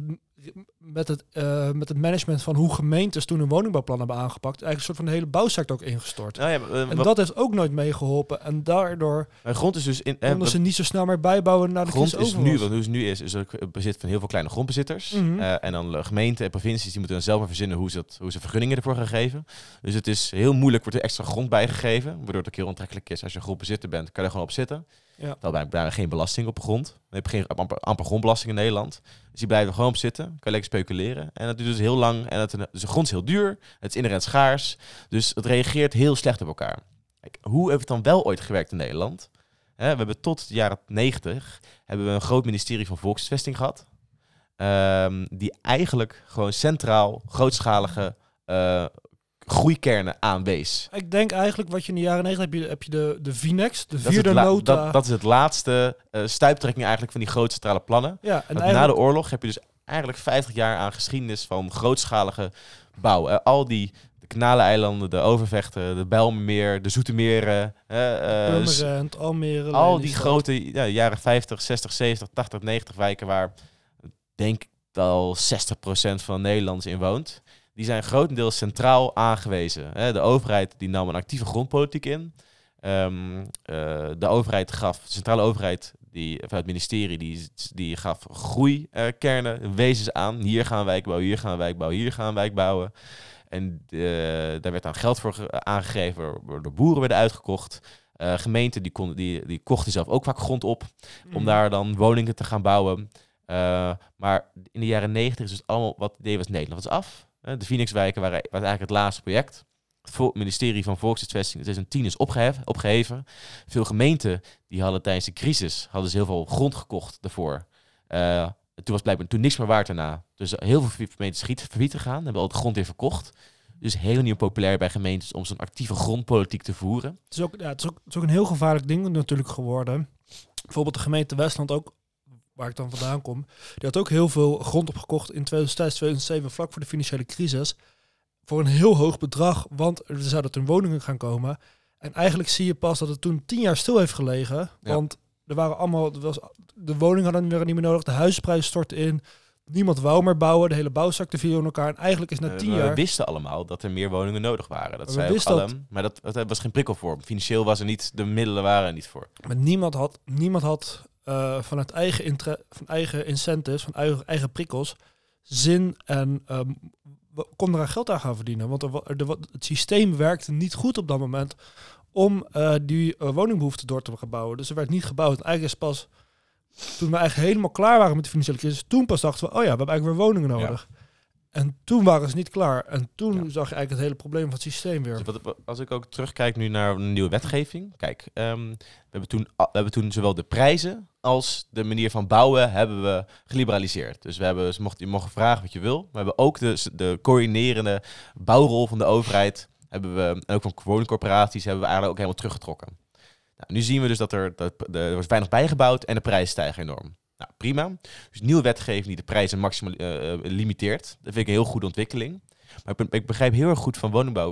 met het management van hoe gemeentes toen hun woningbouwplan hebben aangepakt, eigenlijk een soort van de hele bouwsector ook ingestort. En dat heeft ook nooit meegeholpen. En daardoor grond is dus konden ze niet zo snel meer bijbouwen naar de grond crisis is over was. nu, wat hoe het nu is ook bezit van heel veel kleine grondbezitters. En dan de gemeenten en provincies die moeten dan zelf maar verzinnen hoe ze vergunningen ervoor gaan geven. Dus het is heel moeilijk, wordt er extra grond bijgegeven, waardoor het ook heel aantrekkelijk is. Als je een grondbezitter bent, kan je er gewoon op zitten. Ja. Dan bijna geen belasting op de grond. Dan heb je amper grondbelasting in Nederland. Dus die blijven er gewoon op zitten. Kan je lekker speculeren. En dat duurt dus heel lang. En dus de grond is heel duur. Het is inherent schaars. Dus het reageert heel slecht op elkaar. Kijk, hoe heeft het dan wel ooit gewerkt in Nederland? We hebben tot de jaren 90 hebben we een groot ministerie van Volkshuisvesting gehad. Die eigenlijk gewoon centraal grootschalige groeikernen aanwees. Ik denk eigenlijk wat je in de jaren 90 heb je de VINEX, de vierde nota. Dat is het laatste stuiptrekking eigenlijk van die grote centrale plannen. Ja, en na de oorlog heb je dus eigenlijk 50 jaar aan geschiedenis van grootschalige bouw. Al die de Kanaaleilanden, de Overvechten, de Bijlmermeer, de Zoetermeren. Purmerend, Almere. Al die grote jaren 50, 60, 70, 80, 90 wijken waar denk ik al 60% van Nederlanders in woont. Die zijn grotendeels centraal aangewezen. De overheid die nam een actieve grondpolitiek in. De overheid gaf, de centrale overheid, vanuit het ministerie, die gaf groeikernen, wezen ze aan. Hier gaan we wijk bouwen, hier gaan we wijk bouwen, hier gaan we wijk bouwen. En daar werd dan geld voor aangegeven, waardoor boeren werden uitgekocht. Gemeenten die kochten zelf ook vaak grond op om daar dan woningen te gaan bouwen. Maar in de jaren 90 is het allemaal wat deed was Nederland was af. De Phoenixwijken was eigenlijk het laatste project. Het ministerie van Volkshuisvesting in 2010 is opgeheven. Veel gemeenten die hadden tijdens de crisis heel veel grond gekocht daarvoor. Toen was blijkbaar niks meer waard daarna. Dus heel veel gemeentes failliet gegaan, hebben al de grond weer verkocht. Dus heel niet populair bij gemeentes om zo'n actieve grondpolitiek te voeren. Het is ook een heel gevaarlijk ding natuurlijk geworden. Bijvoorbeeld de gemeente Westland ook, waar ik dan vandaan kom, die had ook heel veel grond opgekocht in 2007, vlak voor de financiële crisis, voor een heel hoog bedrag, want er zouden toen woningen gaan komen. En eigenlijk zie je pas dat het toen 10 jaar stil heeft gelegen, want er waren allemaal, de woningen hadden niet meer nodig, de huizenprijs stortte in, niemand wou meer bouwen, de hele bouwsector viel in elkaar. En eigenlijk is na 10 jaar... We wisten allemaal dat er meer woningen nodig waren. Dat zei ook allen, maar dat was geen prikkel voor. Financieel was er niet, de middelen waren er niet voor. Maar niemand had vanuit eigen incentives, van eigen prikkels, zin en kon er aan geld aan gaan verdienen. Want het systeem werkte niet goed op dat moment om die woningbehoefte door te gaan bouwen. Dus er werd niet gebouwd. En eigenlijk is pas toen we eigenlijk helemaal klaar waren met de financiële crisis, toen pas dachten we, we hebben eigenlijk weer woningen nodig. Ja. En toen waren ze niet klaar. En toen zag je eigenlijk het hele probleem van het systeem weer. Dus als ik ook terugkijk nu naar een nieuwe wetgeving. Kijk, we hebben toen zowel de prijzen als de manier van bouwen hebben we geliberaliseerd. Dus je mocht vragen wat je wil. We hebben ook de coördinerende bouwrol van de overheid hebben we, en ook van woningcorporaties hebben we eigenlijk ook helemaal teruggetrokken. Nou, nu zien we dus dat er wordt weinig bijgebouwd en de prijzen stijgen enorm. Nou, prima. Dus nieuwe wetgeving die de prijzen maximaal limiteert. Dat vind ik een heel goede ontwikkeling. Maar ik begrijp heel erg goed van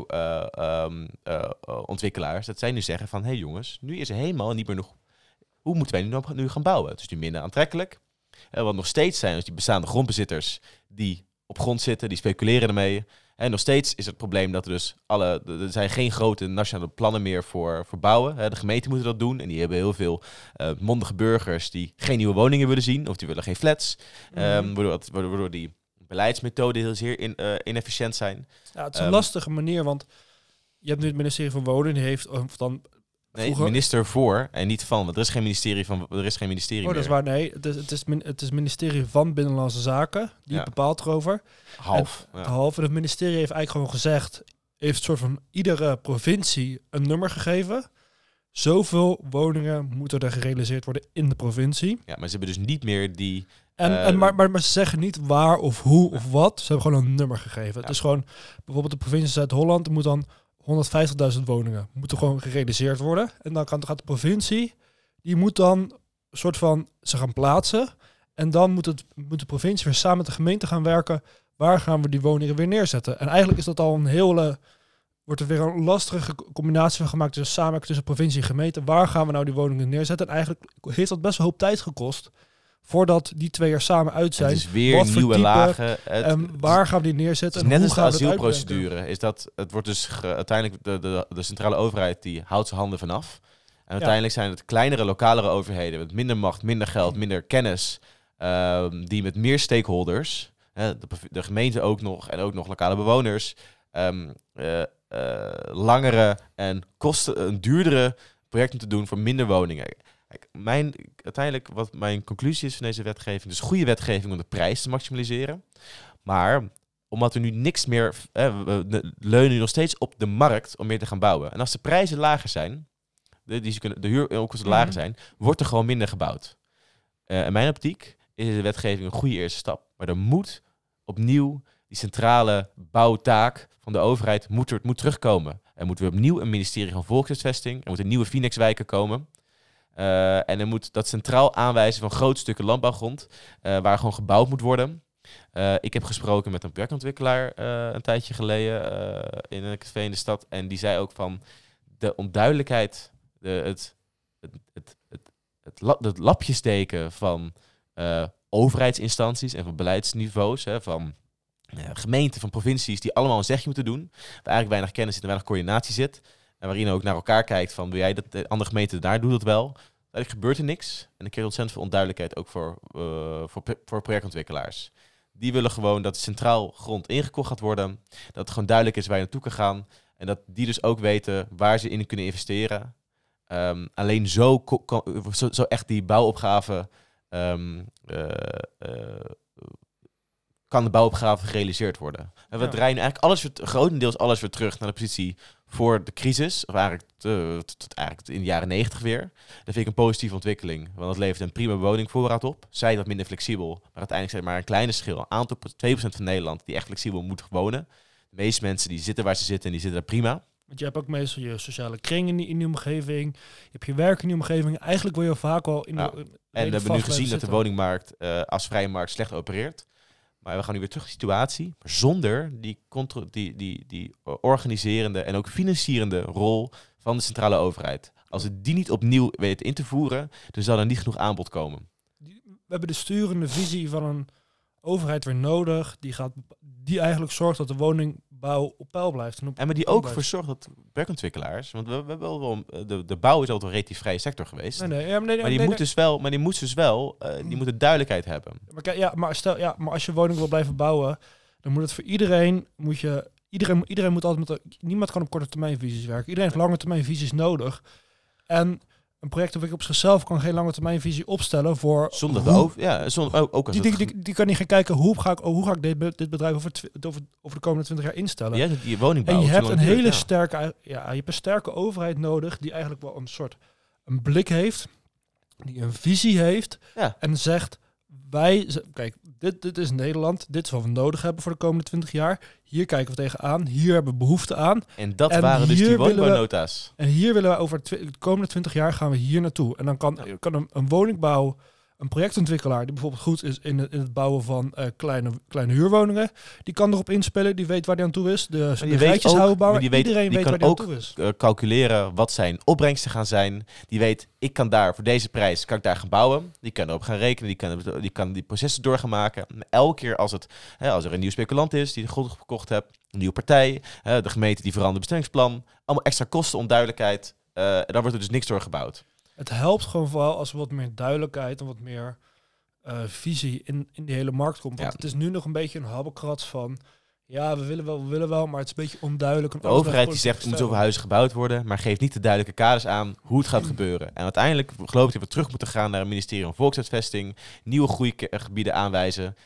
woningbouwontwikkelaars dat zij nu zeggen van, hey jongens, nu is er helemaal niet meer nog. Hoe moeten wij nu gaan bouwen? Het is nu minder aantrekkelijk. Wat nog steeds zijn, dus die bestaande grondbezitters die op grond zitten, die speculeren ermee. En nog steeds is het probleem dat er zijn geen grote nationale plannen meer voor bouwen. De gemeenten moeten dat doen en die hebben heel veel mondige burgers die geen nieuwe woningen willen zien of die willen geen flats. Waardoor die beleidsmethoden heel zeer inefficiënt zijn. Ja, het is een lastige manier, want je hebt nu het ministerie van Wonen, die heeft dan... Nee, minister voor en niet van. Want er is geen ministerie meer. Dat is waar. Nee, het is ministerie van Binnenlandse Zaken. Die bepaalt erover. Half. En het ministerie heeft eigenlijk gewoon gezegd, heeft soort van iedere provincie een nummer gegeven. Zoveel woningen moeten er gerealiseerd worden in de provincie. Ja, maar ze hebben dus niet meer die... Maar ze zeggen niet waar of hoe of wat. Ze hebben gewoon een nummer gegeven. Ja. Het is gewoon, bijvoorbeeld de provincie Zuid-Holland, er moet dan 150.000 woningen moeten gewoon gerealiseerd worden. En dan gaat de provincie, die moet dan soort van ze gaan plaatsen. En dan moet de provincie weer samen met de gemeente gaan werken. Waar gaan we die woningen weer neerzetten? En eigenlijk is dat al wordt er weer een lastige combinatie van gemaakt tussen samenwerking tussen provincie en gemeente. Waar gaan we nou die woningen neerzetten? En eigenlijk heeft dat best wel een hoop tijd gekost voordat die 2 jaar samen uit zijn. Het is weer wat voor nieuwe type, lagen. Waar gaan we die neerzetten? Het is net en hoe als de gaan we het asielprocedure. Is dat het wordt dus uiteindelijk de centrale overheid die houdt zijn handen vanaf. En uiteindelijk zijn het kleinere, lokalere overheden met minder macht, minder geld, minder kennis, die met meer stakeholders, de gemeente ook nog en ook nog lokale bewoners, langere en een duurdere projecten te doen voor minder woningen. Kijk, uiteindelijk wat mijn conclusie is van deze wetgeving, dus goede wetgeving om de prijs te maximaliseren, maar omdat we nu niks meer, we leunen nu nog steeds op de markt om meer te gaan bouwen. En als de prijzen lager zijn, de huuropkomsten lager zijn, wordt er gewoon minder gebouwd. In mijn optiek is de wetgeving een goede eerste stap. Maar er moet opnieuw die centrale bouwtaak van de overheid moet terugkomen. Er moet weer opnieuw een ministerie van Volkshuisvesting. Er moeten nieuwe Phoenix-wijken komen. En er moet dat centraal aanwijzen van grote stukken landbouwgrond, waar gewoon gebouwd moet worden. Ik heb gesproken met een projectontwikkelaar een tijdje geleden in een café in de stad. En die zei ook van de onduidelijkheid, het lapjessteken van overheidsinstanties en van beleidsniveaus, van gemeenten, van provincies die allemaal een zegje moeten doen. Waar eigenlijk weinig kennis zit en weinig coördinatie zit. En waarin ook naar elkaar kijkt van, wil jij dat de andere gemeente daar doet dat wel? Eigenlijk gebeurt er niks. En dan krijg je ontzettend veel onduidelijkheid ook voor projectontwikkelaars. Die willen gewoon dat centraal grond ingekocht gaat worden. Dat het gewoon duidelijk is waar je naartoe kan gaan. En dat die dus ook weten waar ze in kunnen investeren. Alleen zo echt die bouwopgave kan de bouwopgave gerealiseerd worden. En we draaien eigenlijk grotendeels alles weer terug naar de positie voor de crisis. Of eigenlijk tot in de jaren 90 weer. Dat vind ik een positieve ontwikkeling. Want dat levert een prima woningvoorraad op. Zij wat minder flexibel. Maar uiteindelijk zijn maar een kleine schil. 2% van Nederland die echt flexibel moet wonen. De meeste mensen die zitten waar ze zitten en die zitten daar prima. Want je hebt ook meestal je sociale kring in die omgeving. Je hebt je werk in die omgeving. Eigenlijk wil je vaak wel in de en we hebben nu gezien dat de woningmarkt als vrije markt slecht opereert. Maar we gaan nu weer terug naar de situatie. Maar zonder die organiserende en ook financierende rol van de centrale overheid. Als we die niet opnieuw weten in te voeren, dan zal er niet genoeg aanbod komen. We hebben de sturende visie van een overheid weer nodig. Die eigenlijk zorgt dat de woningbouw op peil blijft. En maar die ook voor zorgt dat werkontwikkelaars, want we hebben wel de bouw is altijd een relatief vrije sector geweest. Maar die moeten duidelijkheid hebben. Maar als je woning wil blijven bouwen, dan moet het voor iedereen, iedereen moet altijd niemand kan op korte termijn visies werken. Iedereen heeft lange termijn visies nodig. En een projectontwikkelaar op zichzelf kan geen lange termijn visie opstellen voor... Die kan niet gaan kijken, hoe ga ik dit bedrijf over de komende 20 jaar instellen. Ja, die woningbouw. En je hebt een hele sterke overheid nodig die eigenlijk wel een blik heeft, die een visie heeft en zegt, kijk, dit is Nederland, dit is wat we nodig hebben voor de komende 20 jaar. Hier kijken we tegenaan, hier hebben we behoefte aan. En dat waren dus die woningbouwnota's. En hier willen we over de komende 20 jaar gaan we hier naartoe. En dan kan een woningbouw, een projectontwikkelaar die bijvoorbeeld goed is in het bouwen van kleine huurwoningen, die kan erop inspelen, die weet waar die aan toe is. De rijtjeshuisbouwer, iedereen weet waar die aan toe is. Calculeren wat zijn opbrengsten gaan zijn. Die weet, ik kan daar voor deze prijs kan ik daar gaan bouwen. Die kan erop gaan rekenen, die kan die processen door gaan maken. Elke keer als er een nieuw speculant is die de grond gekocht hebt, een nieuwe partij, de gemeente die verandert bestemmingsplan, allemaal extra kosten, onduidelijkheid. En dan wordt er dus niks door gebouwd. Het helpt gewoon vooral als er wat meer duidelijkheid en wat meer visie in die hele markt komt. Want het is nu nog een beetje een habbekrats van, ja, we willen wel, maar het is een beetje onduidelijk. De overheid die zegt, er moeten zoveel huizen gebouwd worden, maar geeft niet de duidelijke kaders aan hoe het gaat gebeuren. En uiteindelijk geloof ik dat we terug moeten gaan naar een ministerie van Volkshuisvesting, nieuwe groeigebieden aanwijzen.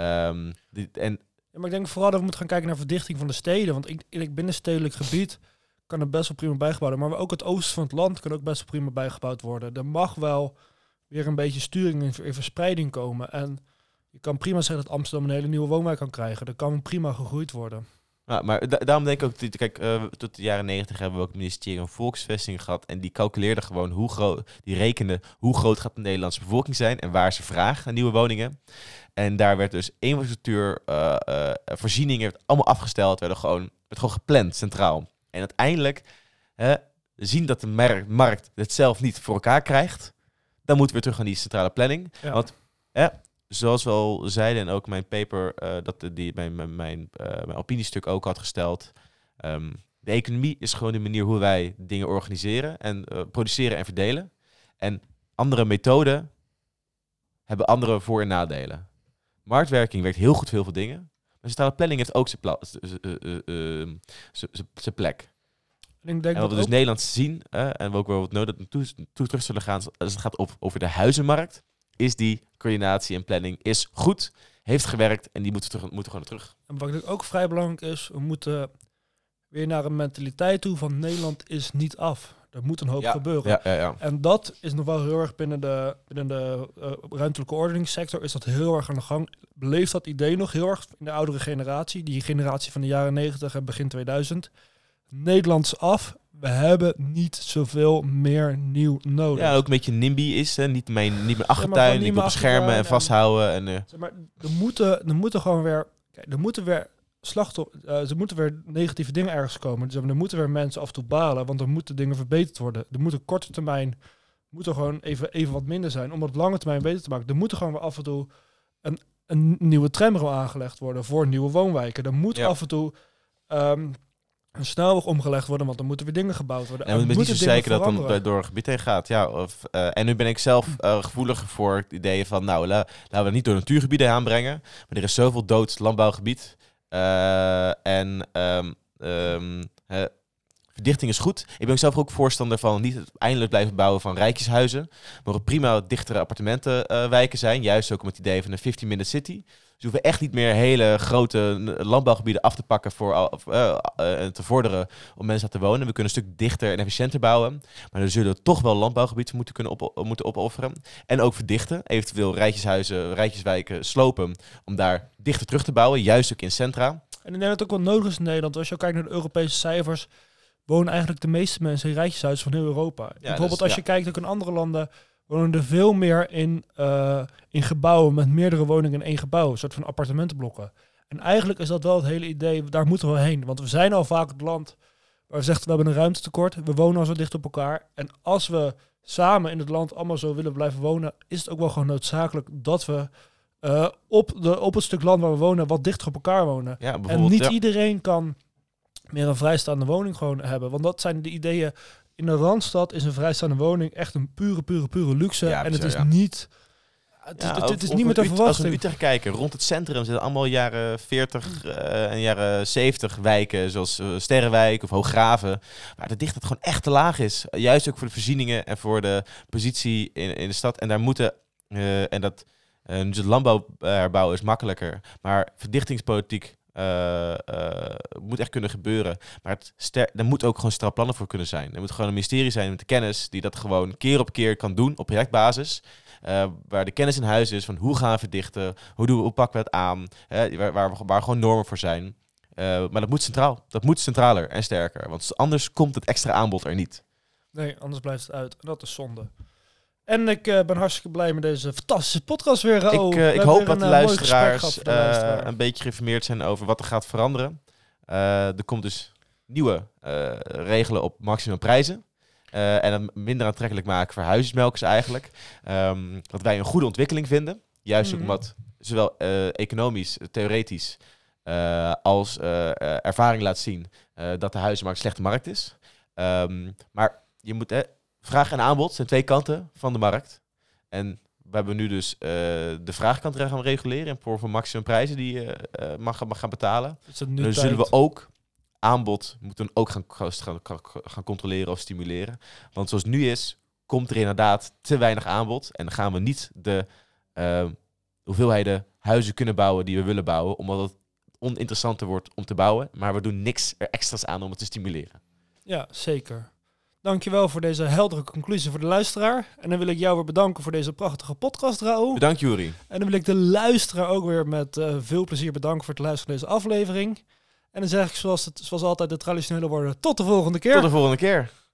Maar ik denk vooral dat we moeten gaan kijken naar verdichting van de steden. Want in binnenstedelijk gebied kan er best wel prima bijgebouwd worden. Maar ook het oosten van het land kan ook best wel prima bijgebouwd worden. Er mag wel weer een beetje sturing in verspreiding komen. En je kan prima zeggen dat Amsterdam een hele nieuwe woonwijk kan krijgen. Dat kan prima gegroeid worden. Ja, maar daarom denk ik ook, kijk, tot de jaren 90 hebben we ook het ministerie van Volksvesting gehad. En die calculeerde gewoon hoe groot gaat de Nederlandse bevolking zijn en waar ze vragen naar nieuwe woningen. En daar werd dus infrastructuur, voorzieningen allemaal afgesteld, werd gewoon gepland centraal. En uiteindelijk zien dat de markt het zelf niet voor elkaar krijgt. Dan moeten we weer terug naar die centrale planning. Ja. Want zoals we al zeiden en ook mijn paper, mijn opiniestuk ook had gesteld. De economie is gewoon de manier hoe wij dingen organiseren en produceren en verdelen. En andere methoden hebben andere voor- en nadelen. Marktwerking werkt heel goed voor heel veel dingen. Maar centrale planning heeft ook zijn plek. Ik denk en wat we dus Nederland zien, en we ook wel wat nodig toe terug zullen gaan, als het gaat over de huizenmarkt, is die coördinatie en planning is goed, heeft gewerkt en die moeten gewoon terug. En wat ook vrij belangrijk is, we moeten weer naar een mentaliteit toe van Nederland is niet af. Er moet een hoop gebeuren. Ja. En dat is nog wel heel erg binnen de ruimtelijke ordeningssector is dat heel erg aan de gang. Beleeft dat idee nog heel erg in de oudere generatie, die generatie van de jaren 90 en begin 2000. Nederlands af. We hebben niet zoveel meer nieuw nodig. Ja, ook een beetje NIMBY is, hè? Niet mijn achtertuin, ik wil beschermen en vasthouden. Zeg maar, er moeten gewoon weer... Kijk, er moeten weer er moeten weer negatieve dingen ergens komen. Dus er moeten weer mensen af en toe balen, want er moeten dingen verbeterd worden. Er moet een korte termijn moet er gewoon even wat minder zijn, om op lange termijn beter te maken. Er moet er gewoon weer af en toe een nieuwe tramrail aangelegd worden voor nieuwe woonwijken. Er moet af en toe een snelweg omgelegd worden, want er moeten weer dingen gebouwd worden. En we moeten niet zo zeker dat dan door een gebied heen gaat. Ja, en nu ben ik zelf gevoeliger voor het idee van, laten we niet door natuurgebieden aanbrengen. Maar er is zoveel dood landbouwgebied. Verdichting is goed. Ik ben zelf ook voorstander van niet het eindelijk blijven bouwen van rijtjeshuizen, maar ook prima dichtere appartementenwijken zijn. Juist ook met het idee van een 15-minute city. Dus we hoeven echt niet meer hele grote landbouwgebieden af te pakken en te vorderen om mensen te wonen. We kunnen een stuk dichter en efficiënter bouwen. Maar dan zullen we toch wel landbouwgebieden moeten opofferen. En ook verdichten. Eventueel rijtjeshuizen, rijtjeswijken slopen om daar dichter terug te bouwen. Juist ook in centra. En ik denk dat het ook wel nodig is in Nederland. Als je kijkt naar de Europese cijfers, wonen eigenlijk de meeste mensen in rijtjeshuizen van heel Europa. Ja, bijvoorbeeld als je kijkt ook in andere landen, wonen er veel meer in gebouwen met meerdere woningen in één gebouw. Een soort van appartementenblokken. En eigenlijk is dat wel het hele idee, daar moeten we heen. Want we zijn al vaak het land waar we zeggen, we hebben een ruimtetekort. We wonen al zo dicht op elkaar. En als we samen in het land allemaal zo willen blijven wonen, is het ook wel gewoon noodzakelijk dat we op het stuk land waar we wonen wat dichter op elkaar wonen. Ja, en niet iedereen kan meer een vrijstaande woning gewoon hebben. Want dat zijn de ideeën. In de Randstad is een vrijstaande woning echt een pure luxe. Ja, en het is niet... Het is niet meer te verwachten. Als we in Utrecht kijken, rond het centrum zitten allemaal jaren 40 en jaren 70 wijken, zoals Sterrenwijk of Hooggraven, waar de dichtheid gewoon echt te laag is. Juist ook voor de voorzieningen en voor de positie in de stad. En daar moeten, dus het landbouwherbouw is makkelijker, maar verdichtingspolitiek moet echt kunnen gebeuren. Maar er moet ook gewoon strafplannen voor kunnen zijn. Er moet gewoon een ministerie zijn met de kennis die dat gewoon keer op keer kan doen op projectbasis. Waar de kennis in huis is van hoe gaan we verdichten, hoe pakken we het aan, waar gewoon normen voor zijn. Maar dat moet centraal. Dat moet centraler en sterker. Want anders komt het extra aanbod er niet. Nee, anders blijft het uit. En dat is zonde. En ik ben hartstikke blij met deze fantastische podcast weer, Raoul. Ik hoop dat de luisteraars een beetje geïnformeerd zijn over wat er gaat veranderen. Er komt dus nieuwe regelen op maximumprijzen. En het minder aantrekkelijk maken voor huisjesmelkers eigenlijk. Wat wij een goede ontwikkeling vinden. Juist ook omdat zowel economisch, theoretisch als ervaring laat zien dat de huizenmarkt een slechte markt is. Maar je moet... vraag en aanbod zijn twee kanten van de markt. En we hebben nu dus de vraagkant gaan reguleren in vorm van maximumprijzen die je mag gaan betalen. Dan zullen we ook aanbod moeten ook gaan controleren of stimuleren. Want zoals het nu is, komt er inderdaad te weinig aanbod. En dan gaan we niet de hoeveelheden huizen kunnen bouwen die we willen bouwen, omdat het oninteressanter wordt om te bouwen. Maar we doen niks er extra's aan om het te stimuleren. Ja, zeker. Dankjewel voor deze heldere conclusie voor de luisteraar. En dan wil ik jou weer bedanken voor deze prachtige podcast, Raoul. Bedankt, Juri. En dan wil ik de luisteraar ook weer met veel plezier bedanken voor het luisteren naar deze aflevering. En dan zeg ik zoals altijd de traditionele woorden, tot de volgende keer. Tot de volgende keer.